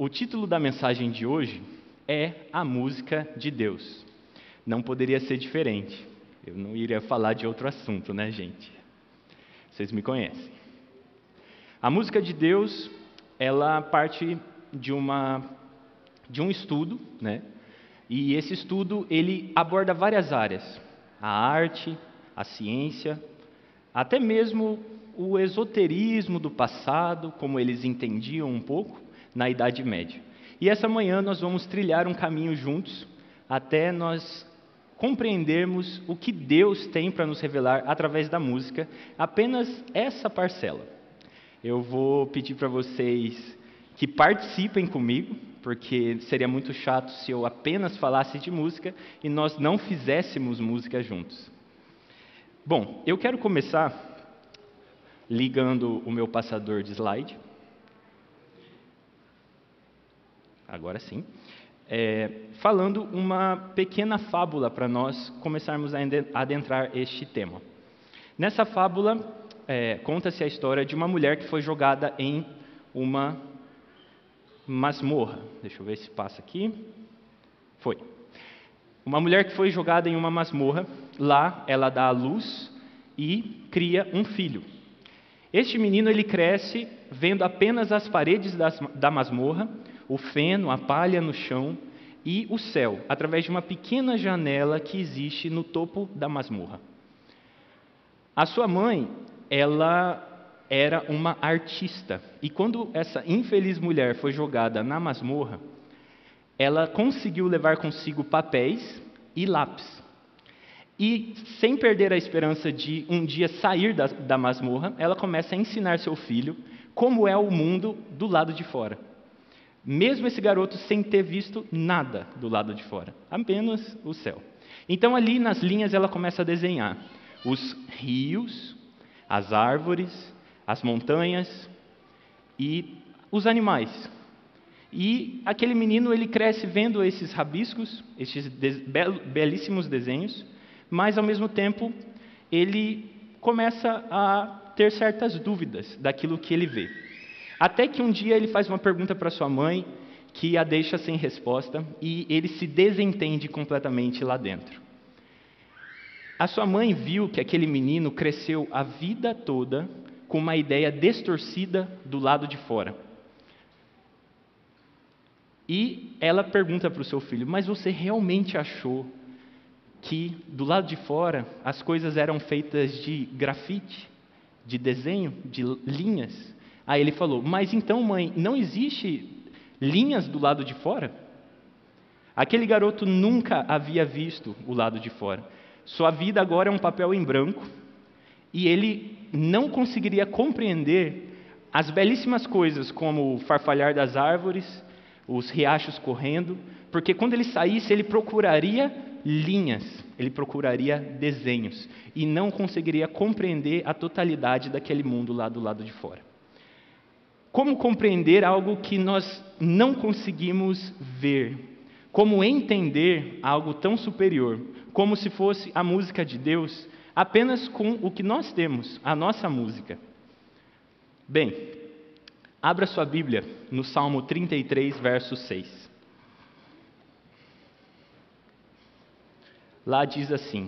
O título da mensagem de hoje é A Música de Deus. Não poderia ser diferente. Eu não iria falar de outro assunto, né, gente? Vocês me conhecem. A música de Deus, ela parte de um estudo, né? E esse estudo, ele aborda várias áreas. A arte, a ciência, até mesmo o esoterismo do passado, como eles entendiam um pouco na Idade Média. E essa manhã nós vamos trilhar um caminho juntos, até nós compreendermos o que Deus tem para nos revelar através da música, apenas essa parcela. Eu vou pedir para vocês que participem comigo, porque seria muito chato se eu apenas falasse de música e nós não fizéssemos música juntos. Bom, eu quero começar ligando o meu passador de slide. Agora sim. Falando uma pequena fábula para nós começarmos a adentrar este tema. Nessa fábula, conta-se a história de uma mulher que foi jogada em uma masmorra. Deixa eu ver se passa aqui. Foi. Uma mulher que foi jogada em uma masmorra. Lá, ela dá à luz e cria um filho. Este menino, ele cresce vendo apenas as paredes da masmorra, o feno, a palha no chão e o céu, através de uma pequena janela que existe no topo da masmorra. A sua mãe, ela era uma artista, e quando essa infeliz mulher foi jogada na masmorra, ela conseguiu levar consigo papéis e lápis. E, sem perder a esperança de um dia sair da masmorra, ela começa a ensinar seu filho como é o mundo do lado de fora. Mesmo esse garoto sem ter visto nada do lado de fora, apenas o céu. Então, ali nas linhas, ela começa a desenhar os rios, as árvores, as montanhas e os animais. E aquele menino, ele cresce vendo esses rabiscos, esses belíssimos desenhos, mas, ao mesmo tempo, ele começa a ter certas dúvidas daquilo que ele vê. Até que um dia ele faz uma pergunta para sua mãe, que a deixa sem resposta, e ele se desentende completamente lá dentro. A sua mãe viu que aquele menino cresceu a vida toda com uma ideia distorcida do lado de fora. E ela pergunta para o seu filho, mas você realmente achou que do lado de fora as coisas eram feitas de grafite, de desenho, de linhas? Aí ele falou, mas então, mãe, não existe linhas do lado de fora? Aquele garoto nunca havia visto o lado de fora. Sua vida agora é um papel em branco e ele não conseguiria compreender as belíssimas coisas como o farfalhar das árvores, os riachos correndo, porque quando ele saísse ele procuraria linhas, ele procuraria desenhos e não conseguiria compreender a totalidade daquele mundo lá do lado de fora. Como compreender algo que nós não conseguimos ver? Como entender algo tão superior, como se fosse a música de Deus, apenas com o que nós temos, a nossa música? Bem, abra sua Bíblia no Salmo 33, verso 6. Lá diz assim: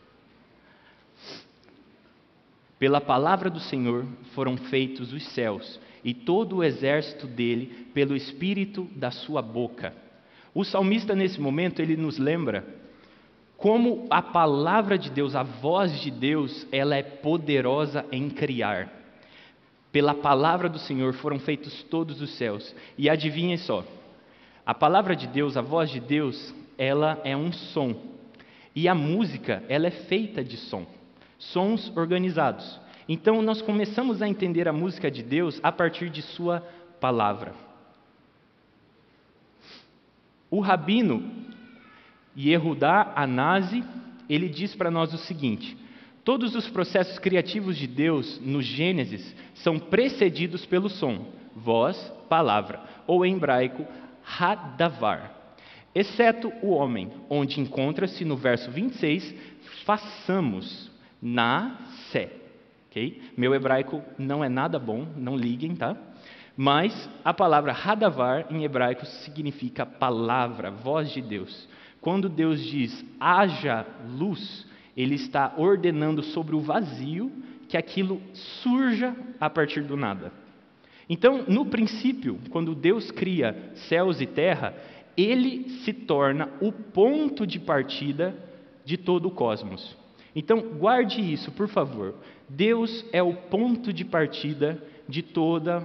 pela palavra do Senhor foram feitos os céus, e todo o exército dele pelo espírito da sua boca. O salmista, nesse momento, ele nos lembra como a palavra de Deus, a voz de Deus, ela é poderosa em criar. Pela palavra do Senhor foram feitos todos os céus. E adivinhem só, a palavra de Deus, a voz de Deus, ela é um som. E a música, ela é feita de som, sons organizados. Então, nós começamos a entender a música de Deus a partir de sua palavra. O rabino Yehudá Hanasi, ele diz para nós o seguinte: todos os processos criativos de Deus no Gênesis são precedidos pelo som, voz, palavra, ou em hebraico, hadavar, exceto o homem, onde encontra-se no verso 26, façamos, nasce. Okay? Meu hebraico não é nada bom, não liguem, tá? Mas a palavra Hadavar, em hebraico, significa palavra, voz de Deus. Quando Deus diz, haja luz, Ele está ordenando sobre o vazio que aquilo surja a partir do nada. Então, no princípio, quando Deus cria céus e terra, Ele se torna o ponto de partida de todo o cosmos. Então, guarde isso, por favor. Deus é o ponto de partida de toda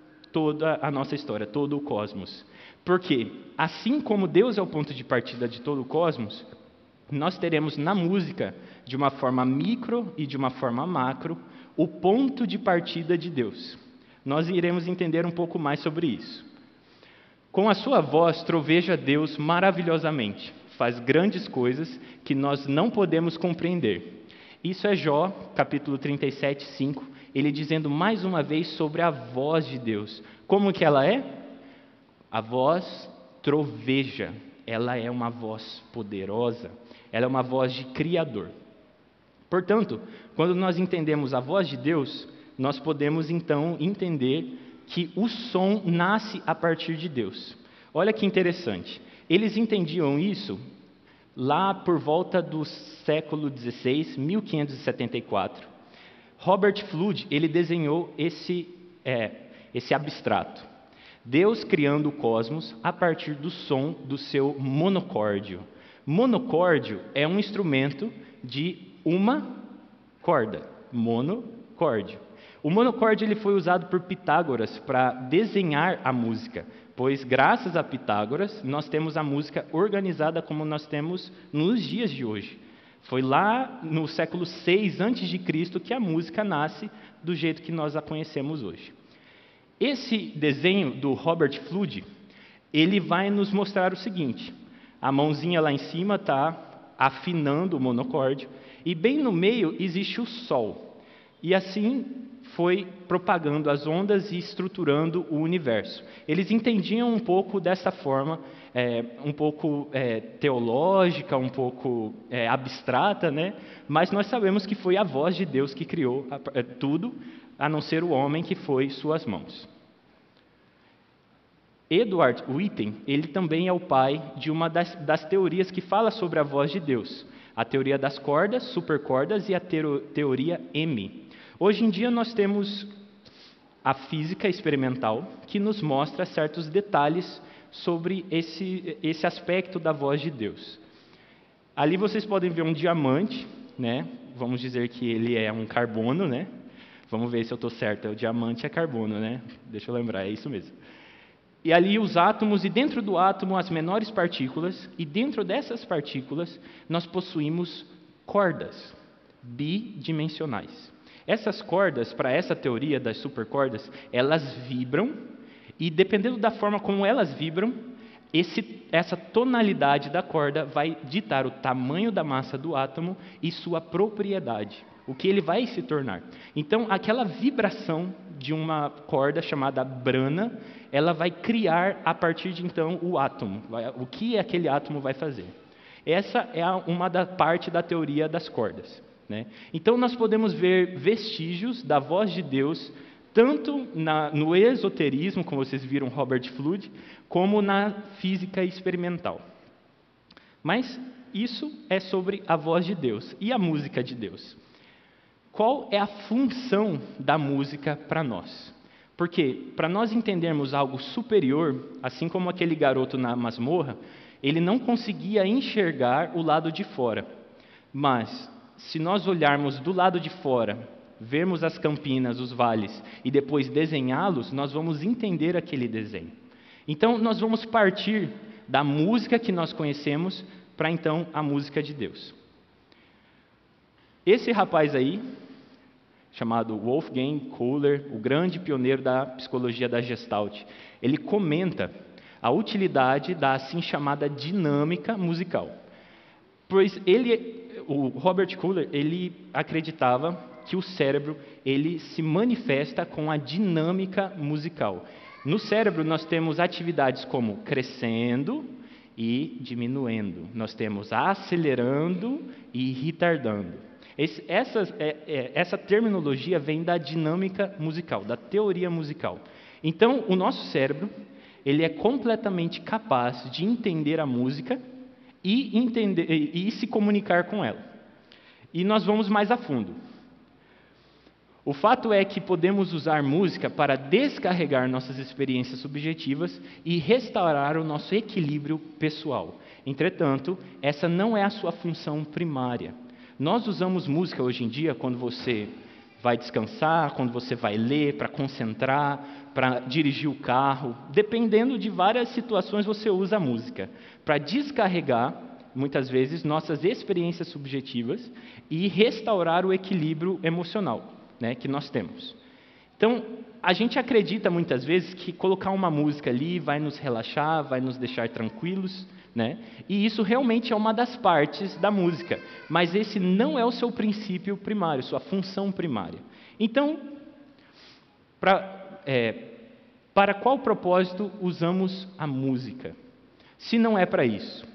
a nossa história, todo o cosmos. Porque, assim como Deus é o ponto de partida de todo o cosmos, nós teremos na música, de uma forma micro e de uma forma macro, o ponto de partida de Deus. Nós iremos entender um pouco mais sobre isso. Com a sua voz, troveja Deus maravilhosamente, faz grandes coisas que nós não podemos compreender. Isso é Jó, capítulo 37, 5, ele dizendo mais uma vez sobre a voz de Deus. Como que ela é? A voz troveja, ela é uma voz poderosa, ela é uma voz de Criador. Portanto, quando nós entendemos a voz de Deus, nós podemos então entender que o som nasce a partir de Deus. Olha que interessante. Eles entendiam isso lá por volta do século XVI, 1574. Robert Fludd, ele desenhou esse abstrato. Deus criando o cosmos a partir do som do seu monocórdio. Monocórdio é um instrumento de uma corda, monocórdio. O monocórdio ele foi usado por Pitágoras para desenhar a música, pois graças a Pitágoras nós temos a música organizada como nós temos nos dias de hoje. Foi lá no século 6 a.C. que a música nasce do jeito que nós a conhecemos hoje. Esse desenho do Robert Fludd, ele vai nos mostrar o seguinte: a mãozinha lá em cima está afinando o monocórdio e bem no meio existe o Sol. E assim foi propagando as ondas e estruturando o universo. Eles entendiam um pouco dessa forma, um pouco teológica, um pouco abstrata, né? Mas nós sabemos que foi a voz de Deus que criou tudo, a não ser o homem que foi suas mãos. Edward Witten, ele também é o pai de uma das teorias que fala sobre a voz de Deus, a teoria das cordas, supercordas e a teoria M. Hoje em dia nós temos a física experimental que nos mostra certos detalhes sobre esse aspecto da voz de Deus. Ali vocês podem ver um diamante, né? Vamos dizer que ele é um carbono, né? Vamos ver se eu estou certo, o diamante é carbono, né? Deixa eu lembrar, é isso mesmo. E ali os átomos, e dentro do átomo as menores partículas, e dentro dessas partículas nós possuímos cordas bidimensionais. Essas cordas, para essa teoria das supercordas, elas vibram, e dependendo da forma como elas vibram, essa tonalidade da corda vai ditar o tamanho da massa do átomo e sua propriedade, o que ele vai se tornar. Então, aquela vibração de uma corda chamada brana, ela vai criar a partir de então o átomo, o que aquele átomo vai fazer. Essa é uma parte da teoria das cordas, né? Então nós podemos ver vestígios da voz de Deus, tanto no esoterismo, como vocês viram Robert Fludd, como na física experimental. Mas isso é sobre a voz de Deus e a música de Deus. Qual é a função da música para nós? Porque, para nós entendermos algo superior, assim como aquele garoto na masmorra, ele não conseguia enxergar o lado de fora. Mas, se nós olharmos do lado de fora, vermos as campinas, os vales, e depois desenhá-los, nós vamos entender aquele desenho. Então, nós vamos partir da música que nós conhecemos para, então, a música de Deus. Esse rapaz aí, chamado Wolfgang Kohler, o grande pioneiro da psicologia da Gestalt, ele comenta a utilidade da assim chamada dinâmica musical. Pois o Robert Kohler, ele acreditava que o cérebro ele se manifesta com a dinâmica musical. No cérebro nós temos atividades como crescendo e diminuindo. Nós temos acelerando e retardando. Essa terminologia vem da dinâmica musical, da teoria musical. Então, o nosso cérebro, ele é completamente capaz de entender a música e se comunicar com ela. E nós vamos mais a fundo. O fato é que podemos usar música para descarregar nossas experiências subjetivas e restaurar o nosso equilíbrio pessoal. Entretanto, essa não é a sua função primária. Nós usamos música hoje em dia quando você vai descansar, quando você vai ler, para concentrar, para dirigir o carro. Dependendo de várias situações, você usa a música para descarregar, muitas vezes, nossas experiências subjetivas e restaurar o equilíbrio emocional, né, que nós temos. Então, a gente acredita muitas vezes que colocar uma música ali vai nos relaxar, vai nos deixar tranquilos, né? E isso realmente é uma das partes da música, mas esse não é o seu princípio primário, sua função primária. Então, para qual propósito usamos a música? Se não é para isso.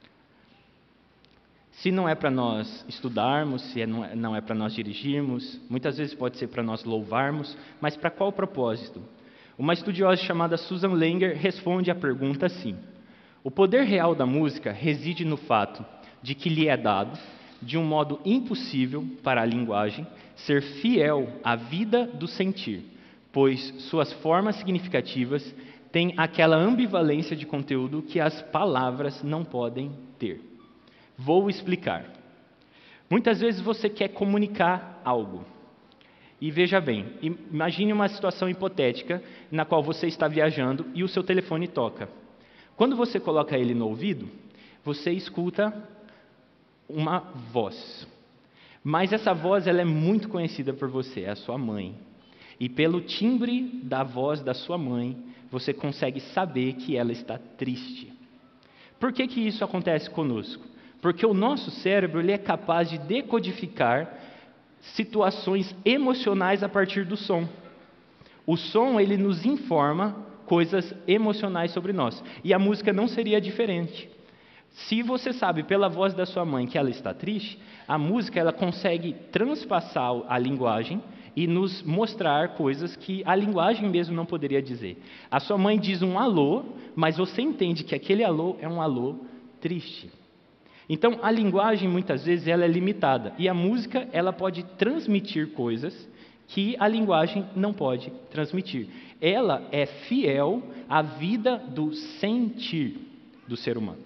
Se não é para nós estudarmos, se não é para nós dirigirmos, muitas vezes pode ser para nós louvarmos, mas para qual propósito? Uma estudiosa chamada Susan Langer responde à pergunta assim: o poder real da música reside no fato de que lhe é dado, de um modo impossível para a linguagem, ser fiel à vida do sentir, pois suas formas significativas têm aquela ambivalência de conteúdo que as palavras não podem ter. Vou explicar. Muitas vezes você quer comunicar algo. E veja bem, imagine uma situação hipotética na qual você está viajando e o seu telefone toca. Quando você coloca ele no ouvido, você escuta uma voz. Mas essa voz ela é muito conhecida por você, é a sua mãe. E pelo timbre da voz da sua mãe, você consegue saber que ela está triste. Por que isso acontece conosco? Porque o nosso cérebro ele é capaz de decodificar situações emocionais a partir do som. O som ele nos informa coisas emocionais sobre nós. E a música não seria diferente. Se você sabe pela voz da sua mãe que ela está triste, a música ela consegue transpassar a linguagem e nos mostrar coisas que a linguagem mesmo não poderia dizer. A sua mãe diz um alô, mas você entende que aquele alô é um alô triste. Então, a linguagem, muitas vezes, ela é limitada. E a música, ela pode transmitir coisas que a linguagem não pode transmitir. Ela é fiel à vida do sentir do ser humano.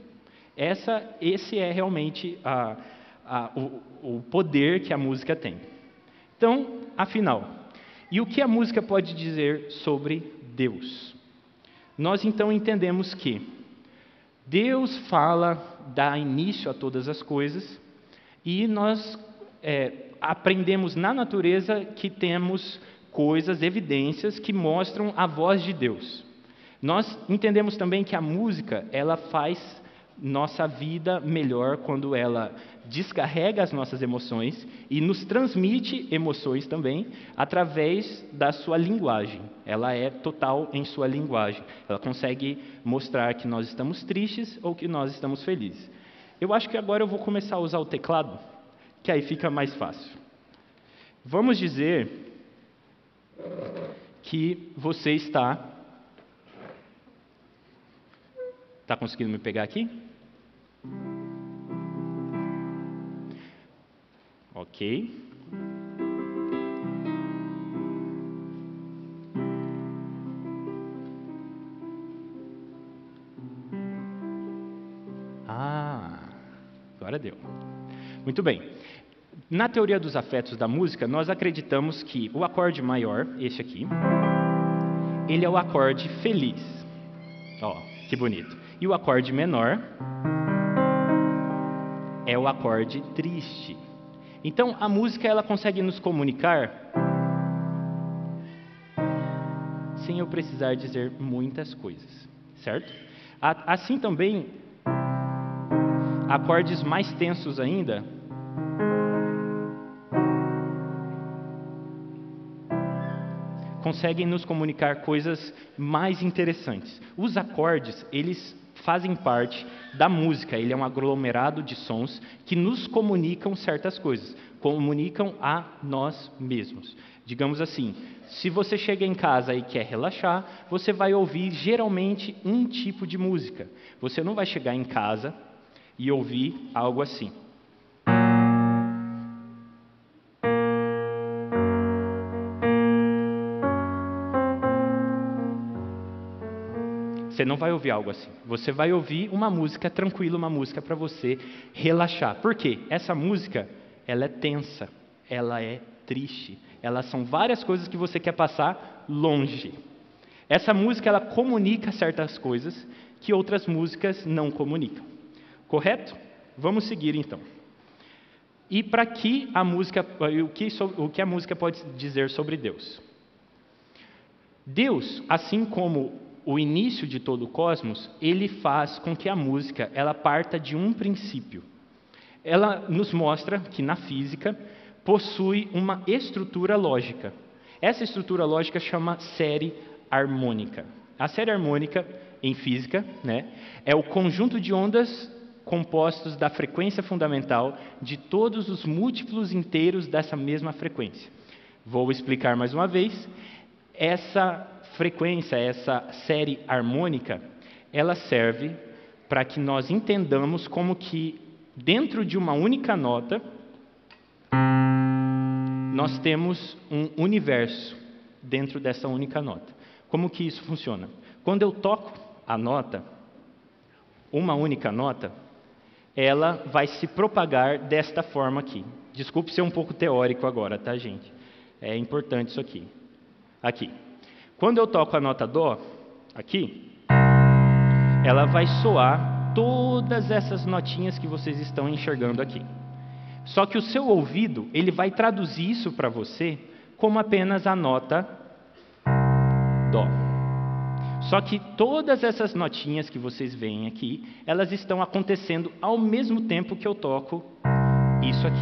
Esse é realmente o poder que a música tem. Então, afinal, e o que a música pode dizer sobre Deus? Nós, então, entendemos que Deus fala, dá início a todas as coisas, e nós aprendemos na natureza que temos coisas, evidências que mostram a voz de Deus. Nós entendemos também que a música, ela faz nossa vida melhor quando ela descarrega as nossas emoções e nos transmite emoções também através da sua linguagem. Ela é total em sua linguagem. Ela consegue mostrar que nós estamos tristes ou que nós estamos felizes. Eu acho que agora eu vou começar a usar o teclado, que aí fica mais fácil. Vamos dizer que você está conseguindo me pegar aqui? Ok. Agora deu. Muito bem. Na teoria dos afetos da música, nós acreditamos que o acorde maior, este aqui, ele é o acorde feliz. Ó, que bonito. E o acorde menor é o acorde triste. Então, a música ela consegue nos comunicar sem eu precisar dizer muitas coisas, certo? Assim também, acordes mais tensos ainda conseguem nos comunicar coisas mais interessantes. Os acordes, eles fazem parte da música, ele é um aglomerado de sons que nos comunicam certas coisas. comunicam a nós mesmos. Digamos assim, se você chega em casa e quer relaxar, você vai ouvir geralmente um tipo de música. Você não vai chegar em casa e ouvir algo assim. Você não vai ouvir algo assim. Você vai ouvir uma música tranquila, uma música para você relaxar. Por quê? Essa música, ela é tensa, ela é triste. Elas são várias coisas que você quer passar longe. Essa música, ela comunica certas coisas que outras músicas não comunicam. Correto? Vamos seguir então. E para que a música, o que a música pode dizer sobre Deus? Deus, assim como o início de todo o cosmos, ele faz com que a música ela parta de um princípio. Ela nos mostra que na física possui uma estrutura lógica. Essa estrutura lógica chama série harmônica. A série harmônica, em física, é o conjunto de ondas compostos da frequência fundamental de todos os múltiplos inteiros dessa mesma frequência. Vou explicar mais uma vez. Essa frequência, essa série harmônica, ela serve para que nós entendamos como que dentro de uma única nota nós temos um universo dentro dessa única nota. Como que isso funciona? Quando eu toco a nota, uma única nota, ela vai se propagar desta forma aqui. Desculpe ser um pouco teórico agora, tá, gente? É importante isso aqui. Aqui. Quando eu toco a nota Dó, aqui, ela vai soar todas essas notinhas que vocês estão enxergando aqui. Só que o seu ouvido, ele vai traduzir isso para você como apenas a nota Dó. Só que todas essas notinhas que vocês veem aqui, elas estão acontecendo ao mesmo tempo que eu toco isso aqui.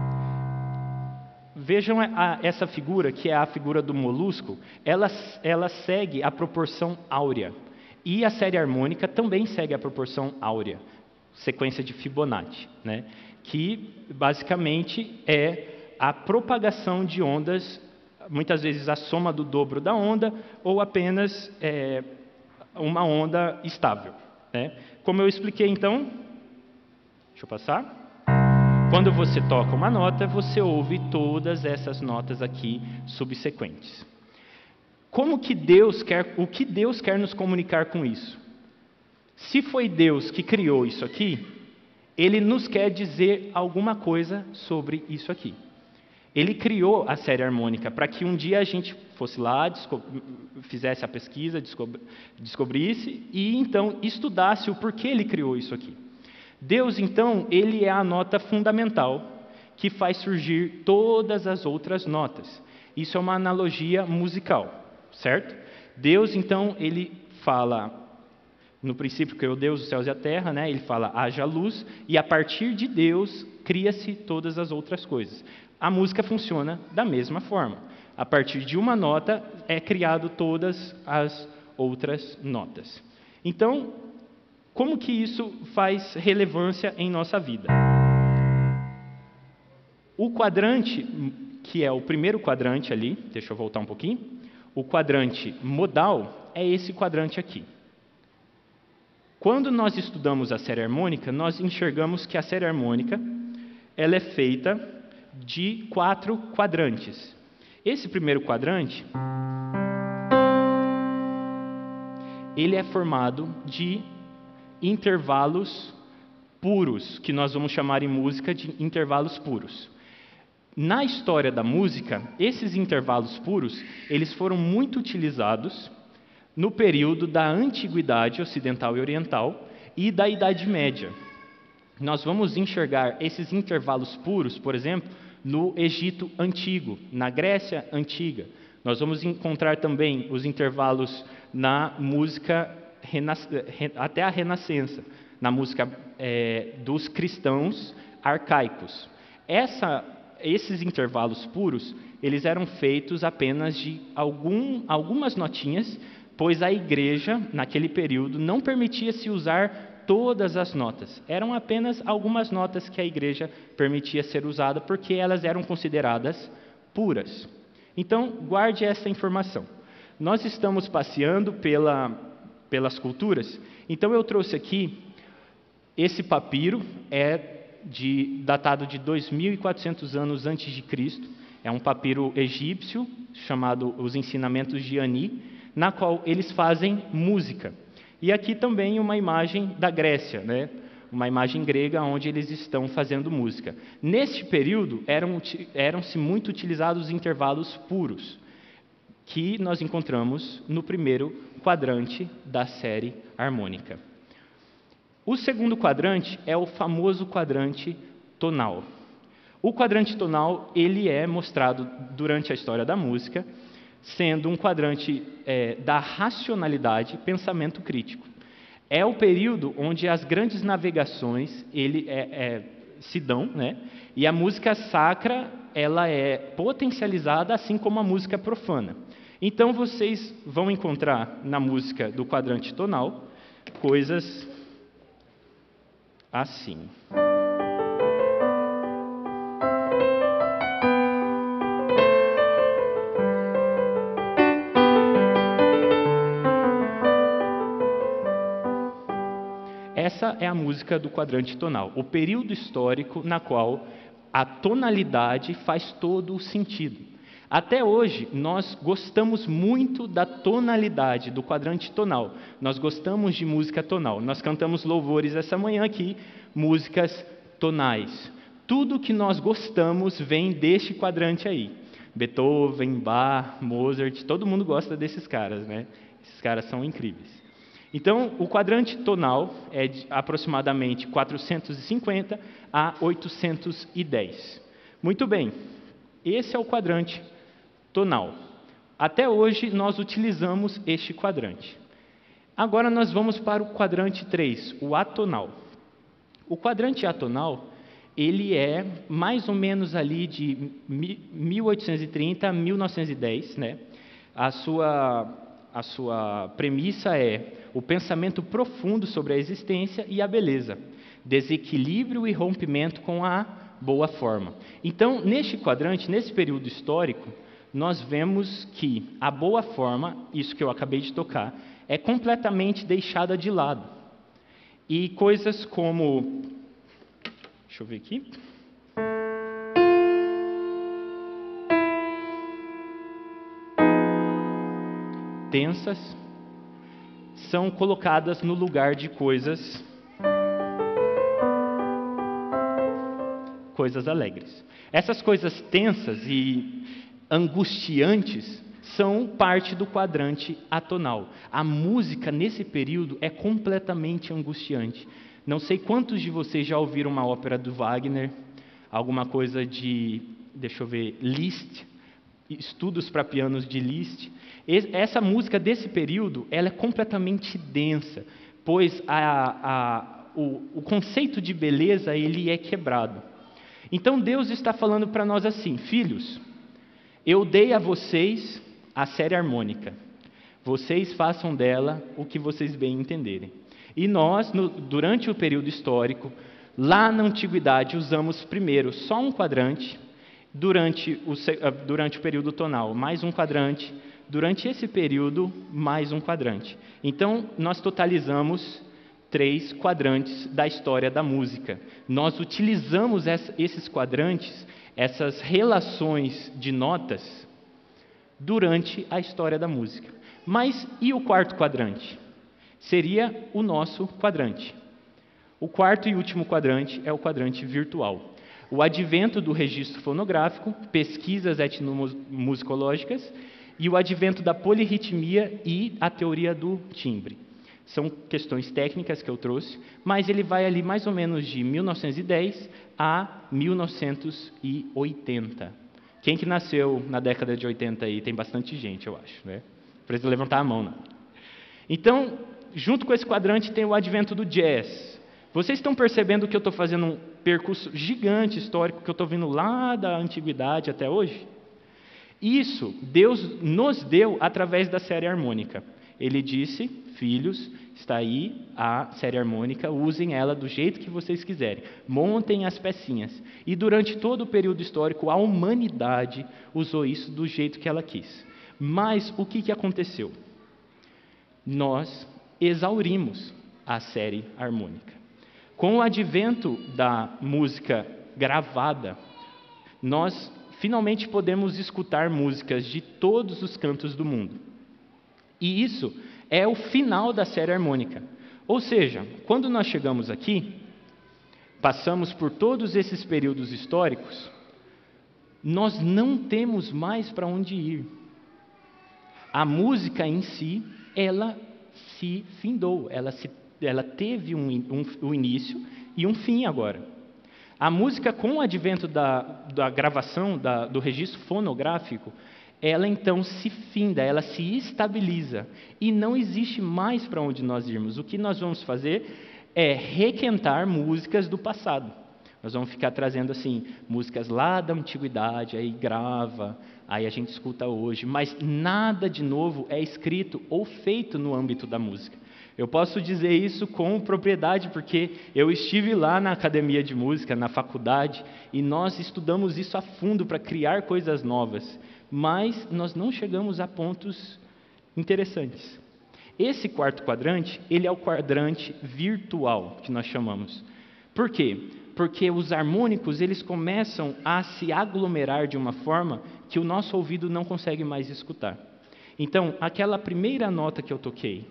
Vejam essa figura, que é a figura do molusco, ela segue a proporção áurea. E a série harmônica também segue a proporção áurea, sequência de Fibonacci, que basicamente é a propagação de ondas, muitas vezes a soma do dobro da onda, ou apenas uma onda estável. Como eu expliquei então, deixa eu passar. Quando você toca uma nota, você ouve todas essas notas aqui subsequentes. O que Deus quer nos comunicar com isso? Se foi Deus que criou isso aqui, Ele nos quer dizer alguma coisa sobre isso aqui. Ele criou a série harmônica para que um dia a gente fosse lá, fizesse a pesquisa, descobrisse e então estudasse o porquê Ele criou isso aqui. Deus, então, Ele é a nota fundamental que faz surgir todas as outras notas. Isso é uma analogia musical, certo? Deus, então, Ele fala, no princípio criou Deus os céus e a terra, Ele fala, haja luz, e a partir de Deus cria-se todas as outras coisas. A música funciona da mesma forma. A partir de uma nota é criado todas as outras notas. Então, como que isso faz relevância em nossa vida? O quadrante, que é o primeiro quadrante ali, deixa eu voltar um pouquinho, o quadrante modal é esse quadrante aqui. Quando nós estudamos a série harmônica, nós enxergamos que a série harmônica ela é feita de 4 quadrantes. Esse primeiro quadrante, ele é formado de intervalos puros, que nós vamos chamar em música de intervalos puros. Na história da música, esses intervalos puros, eles foram muito utilizados no período da Antiguidade Ocidental e Oriental e da Idade Média. Nós vamos enxergar esses intervalos puros, por exemplo, no Egito Antigo, na Grécia Antiga. Nós vamos encontrar também os intervalos na música até a Renascença, na música dos cristãos arcaicos. Esses intervalos puros, eles eram feitos apenas de algumas notinhas, pois a igreja, naquele período, não permitia se usar todas as notas. Eram apenas algumas notas que a igreja permitia ser usada, porque elas eram consideradas puras. Então, guarde essa informação. Nós estamos passeando pelas culturas, então eu trouxe aqui, esse papiro datado de 2.400 anos antes de Cristo, é um papiro egípcio, chamado Os Ensinamentos de Ani, na qual eles fazem música. E aqui também uma imagem da Grécia, né? Uma imagem grega onde eles estão fazendo música. Neste período, eram-se muito utilizados intervalos puros, que nós encontramos no primeiro quadrante da série harmônica. O segundo quadrante é o famoso quadrante tonal. O quadrante tonal, ele é mostrado durante a história da música, sendo um quadrante da racionalidade, pensamento crítico. É o período onde as grandes navegações se dão, né? E a música sacra ela é potencializada, assim como a música profana. Então, vocês vão encontrar na música do quadrante tonal coisas assim. Essa é a música do quadrante tonal, o período histórico na qual a tonalidade faz todo o sentido. Até hoje, nós gostamos muito da tonalidade do quadrante tonal. Nós gostamos de música tonal. Nós cantamos louvores essa manhã aqui, músicas tonais. Tudo que nós gostamos vem deste quadrante aí. Beethoven, Bach, Mozart, todo mundo gosta desses caras, né? Esses caras são incríveis. Então, o quadrante tonal é de aproximadamente 450 a 810. Muito bem, esse é o quadrante tonal. Até hoje, nós utilizamos este quadrante. Agora, nós vamos para o quadrante 3, o atonal. O quadrante atonal, ele é mais ou menos ali de 1830 a 1910, né? A sua premissa é o pensamento profundo sobre a existência e a beleza, desequilíbrio e rompimento com a boa forma. Então, neste quadrante, nesse período histórico, nós vemos que a boa forma, isso que eu acabei de tocar, é completamente deixada de lado. E coisas como... Deixa eu ver aqui... tensas são colocadas no lugar de coisas alegres. Essas coisas tensas e angustiantes são parte do quadrante atonal. A música nesse período é completamente angustiante. Não sei quantos de vocês já ouviram uma ópera do Wagner, alguma coisa de, deixa eu ver, Liszt, estudos para pianos de Liszt. Essa música desse período, ela é completamente densa, pois o conceito de beleza ele é quebrado. Então Deus está falando para nós assim: filhos, eu dei a vocês a série harmônica, vocês façam dela o que vocês bem entenderem. E nós, durante o período histórico, lá na antiguidade, usamos primeiro só um quadrante, durante o período tonal, mais um quadrante, durante esse período, mais um quadrante. Então, nós totalizamos 3 quadrantes da história da música. Nós utilizamos esses quadrantes, essas relações de notas, durante a história da música. Mas e o quarto quadrante? Seria o nosso quadrante. O quarto e último quadrante é o quadrante virtual. O advento do registro fonográfico, pesquisas etnomusicológicas e o advento da polirritmia e a teoria do timbre. São questões técnicas que eu trouxe, mas ele vai ali mais ou menos de 1910 a 1980. Quem que nasceu na década de 80 aí? Tem bastante gente, eu acho, né? Precisa levantar a mão, não. Então, junto com esse quadrante tem o advento do jazz. Vocês estão percebendo que eu estou fazendo um percurso gigante histórico, que eu estou vindo lá da antiguidade até hoje? Isso Deus nos deu através da série harmônica. Ele disse: filhos, Está aí a série harmônica, usem ela do jeito que vocês quiserem. Montem as pecinhas. E durante todo o período histórico, a humanidade usou isso do jeito que ela quis. Mas o que aconteceu? Nós exaurimos a série harmônica. Com o advento da música gravada, nós finalmente podemos escutar músicas de todos os cantos do mundo. E isso é o final da série harmônica. Ou seja, quando nós chegamos aqui, passamos por todos esses períodos históricos, nós não temos mais para onde ir. A música em si, ela se findou, ela teve um início e um fim agora. A música, com o advento da gravação, do registro fonográfico, ela então se finda, ela se estabiliza e não existe mais para onde nós irmos. O que nós vamos fazer é requentar músicas do passado. Nós vamos ficar trazendo assim músicas lá da antiguidade, aí grava, aí a gente escuta hoje, mas nada de novo é escrito ou feito no âmbito da música. Eu posso dizer isso com propriedade porque eu estive lá na academia de música, na faculdade, e nós estudamos isso a fundo para criar coisas novas. Mas nós não chegamos a pontos interessantes. Esse quarto quadrante, ele é o quadrante virtual, que nós chamamos. Por quê? Porque os harmônicos, eles começam a se aglomerar de uma forma que o nosso ouvido não consegue mais escutar. Então, aquela primeira nota que eu toquei,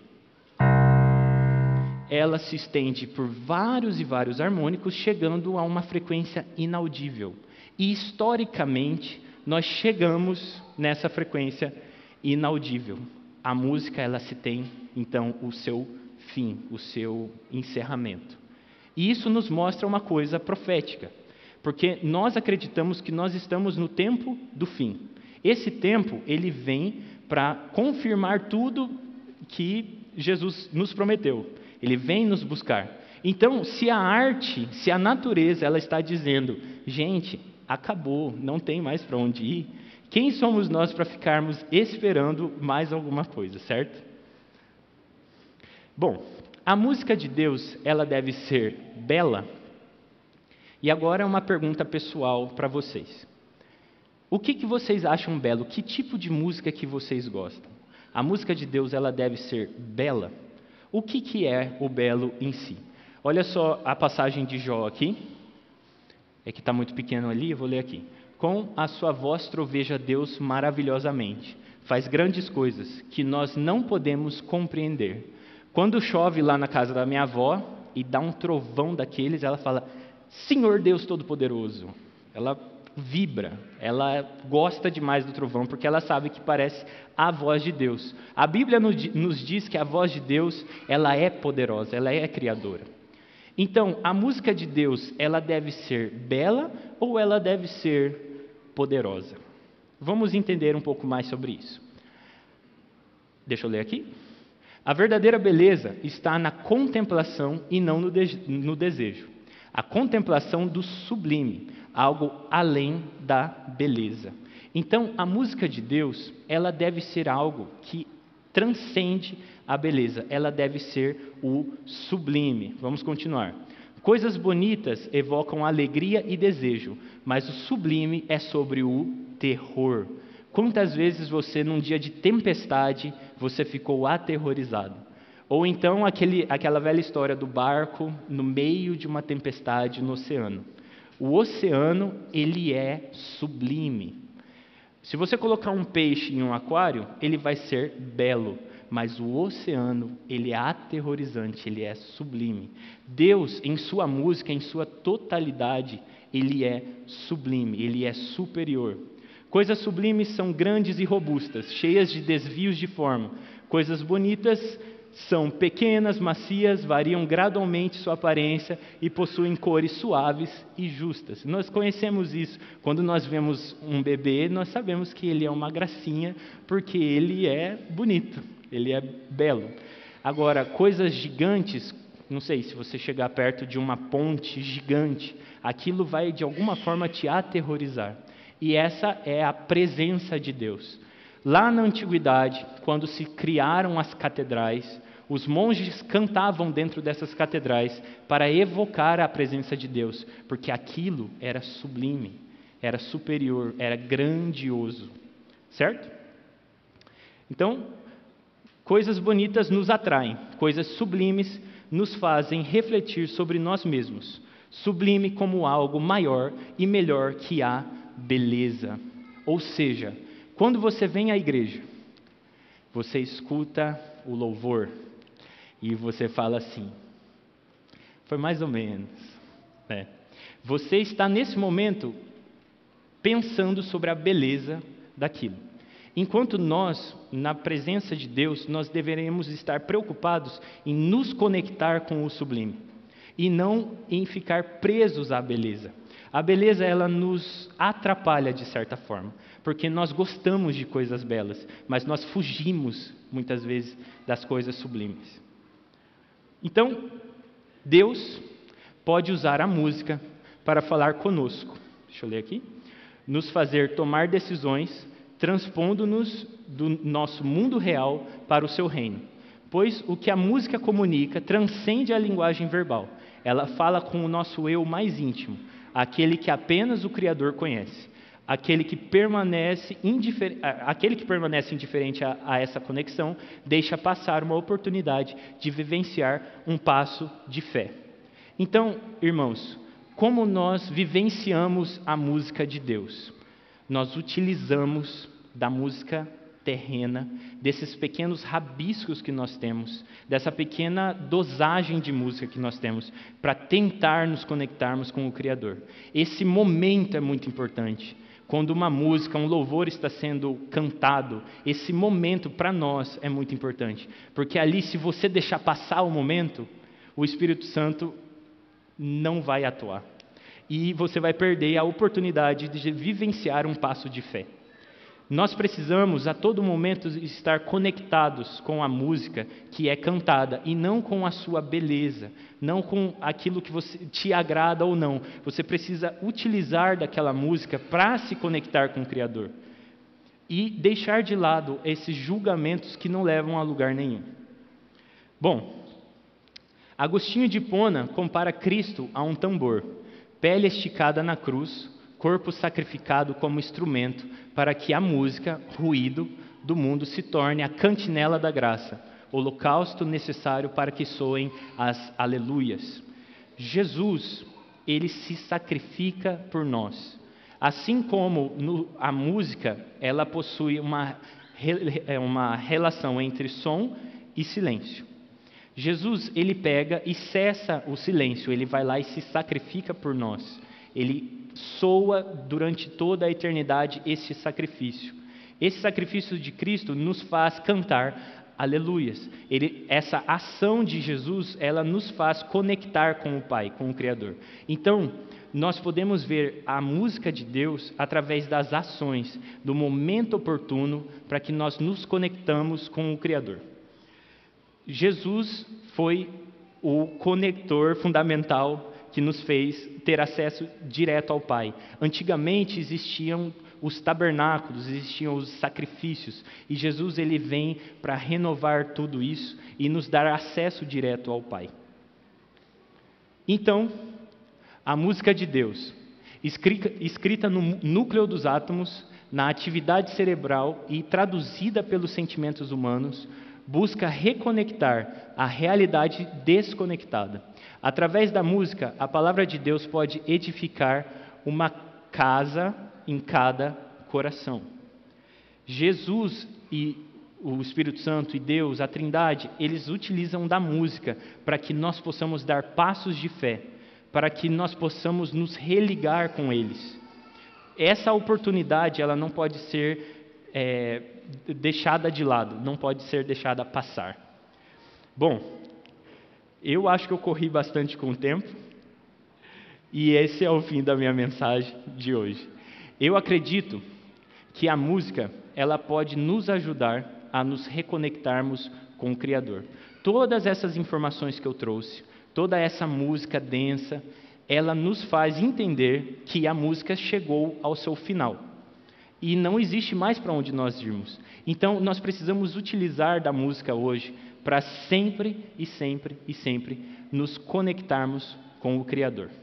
ela se estende por vários e vários harmônicos, chegando a uma frequência inaudível. E, historicamente, nós chegamos nessa frequência inaudível. A música, ela se tem, então, o seu fim, o seu encerramento. E isso nos mostra uma coisa profética, porque nós acreditamos que nós estamos no tempo do fim. Esse tempo, ele vem para confirmar tudo que Jesus nos prometeu. Ele vem nos buscar. Então, se a arte, se a natureza, ela está dizendo, gente, acabou, não tem mais para onde ir, quem somos nós para ficarmos esperando mais alguma coisa, certo? Bom, a música de Deus, ela deve ser bela? E agora uma pergunta pessoal para vocês. O que vocês acham belo? Que tipo de música que vocês gostam? A música de Deus, ela deve ser bela? O que é o belo em si? Olha só a passagem de Jó aqui. É que está muito pequeno ali, eu vou ler aqui. Com a sua voz troveja Deus maravilhosamente. Faz grandes coisas que nós não podemos compreender. Quando chove lá na casa da minha avó e dá um trovão daqueles, ela fala, Senhor Deus Todo-Poderoso. Ela vibra, ela gosta demais do trovão, porque ela sabe que parece a voz de Deus. A Bíblia nos diz que a voz de Deus, ela é poderosa, ela é criadora. Então, a música de Deus, ela deve ser bela ou ela deve ser poderosa? Vamos entender um pouco mais sobre isso. Deixa eu ler aqui. A verdadeira beleza está na contemplação e não no desejo. A contemplação do sublime, algo além da beleza. Então, a música de Deus, ela deve ser algo que transcende a beleza. Ela deve ser o sublime. Vamos continuar. Coisas bonitas evocam alegria e desejo, mas o sublime é sobre o terror. Quantas vezes você, num dia de tempestade, você ficou aterrorizado? Ou então aquela velha história do barco no meio de uma tempestade no oceano. O oceano, ele é sublime. Se você colocar um peixe em um aquário, ele vai ser belo. Mas o oceano, ele é aterrorizante, ele é sublime. Deus, em sua música, em sua totalidade, ele é sublime, ele é superior. Coisas sublimes são grandes e robustas, cheias de desvios de forma. Coisas bonitas são pequenas, macias, variam gradualmente sua aparência e possuem cores suaves e justas. Nós conhecemos isso. Quando nós vemos um bebê, nós sabemos que ele é uma gracinha, porque ele é bonito, ele é belo. Agora, coisas gigantes, não sei, se você chegar perto de uma ponte gigante, aquilo vai de alguma forma te aterrorizar. E essa é a presença de Deus. Lá na antiguidade, quando se criaram as catedrais, Os monges cantavam dentro dessas catedrais para evocar a presença de Deus, porque aquilo era sublime, era superior, era grandioso, certo? Então, coisas bonitas nos atraem, coisas sublimes nos fazem refletir sobre nós mesmos. Sublime como algo maior e melhor que a beleza. Ou seja, quando você vem à igreja, você escuta o louvor e você fala assim, foi mais ou menos, né? Você está nesse momento pensando sobre a beleza daquilo. Enquanto nós, na presença de Deus, nós deveremos estar preocupados em nos conectar com o sublime e não em ficar presos à beleza. A beleza, ela nos atrapalha de certa forma, porque nós gostamos de coisas belas, mas nós fugimos muitas vezes das coisas sublimes. Então, Deus pode usar a música para falar conosco. Deixa eu ler aqui. Nos fazer tomar decisões, transpondo-nos do nosso mundo real para o seu reino. Pois o que a música comunica transcende a linguagem verbal. Ela fala com o nosso eu mais íntimo, aquele que apenas o Criador conhece, aquele que permanece indiferente a essa conexão, deixa passar uma oportunidade de vivenciar um passo de fé. Então, irmãos, como nós vivenciamos a música de Deus? Nós utilizamos da música terrena, desses pequenos rabiscos que nós temos, dessa pequena dosagem de música que nós temos, para tentar nos conectarmos com o Criador. Esse momento é muito importante. Quando uma música, um louvor está sendo cantado, esse momento para nós é muito importante. Porque ali, se você deixar passar o momento, o Espírito Santo não vai atuar. E você vai perder a oportunidade de vivenciar um passo de fé. Nós precisamos a todo momento estar conectados com a música que é cantada e não com a sua beleza, não com aquilo que te agrada ou não. Você precisa utilizar daquela música para se conectar com o Criador e deixar de lado esses julgamentos que não levam a lugar nenhum. Bom, Agostinho de Hipona compara Cristo a um tambor, pele esticada na cruz, corpo sacrificado como instrumento para que a música, ruído do mundo, se torne a cantinela da graça, holocausto necessário para que soem as aleluias. Jesus, ele se sacrifica por nós. Assim como a música, ela possui uma relação entre som e silêncio. Jesus, ele pega e cessa o silêncio, ele vai lá e se sacrifica por nós. Ele soa durante toda a eternidade esse sacrifício. Esse sacrifício de Cristo nos faz cantar aleluias. Essa ação de Jesus, ela nos faz conectar com o Pai, com o Criador. Então, nós podemos ver a música de Deus através das ações, do momento oportuno para que nós nos conectamos com o Criador. Jesus foi o conector fundamental que nos fez ter acesso direto ao Pai. Antigamente existiam os tabernáculos, existiam os sacrifícios, e Jesus, ele vem para renovar tudo isso e nos dar acesso direto ao Pai. Então, a música de Deus, escrita no núcleo dos átomos, na atividade cerebral e traduzida pelos sentimentos humanos, busca reconectar a realidade desconectada. Através da música, a palavra de Deus pode edificar uma casa em cada coração. Jesus e o Espírito Santo e Deus, a Trindade, eles utilizam da música para que nós possamos dar passos de fé, para que nós possamos nos religar com eles. Essa oportunidade, ela não pode ser deixada de lado, não pode ser deixada passar. Bom, eu acho que eu corri bastante com o tempo, e esse é o fim da minha mensagem de hoje. Eu acredito que a música, ela pode nos ajudar a nos reconectarmos com o Criador. Todas essas informações que eu trouxe, toda essa música densa, ela nos faz entender que a música chegou ao seu final. e não existe mais para onde nós irmos. Então, nós precisamos utilizar da música hoje para sempre e sempre e sempre nos conectarmos com o Criador.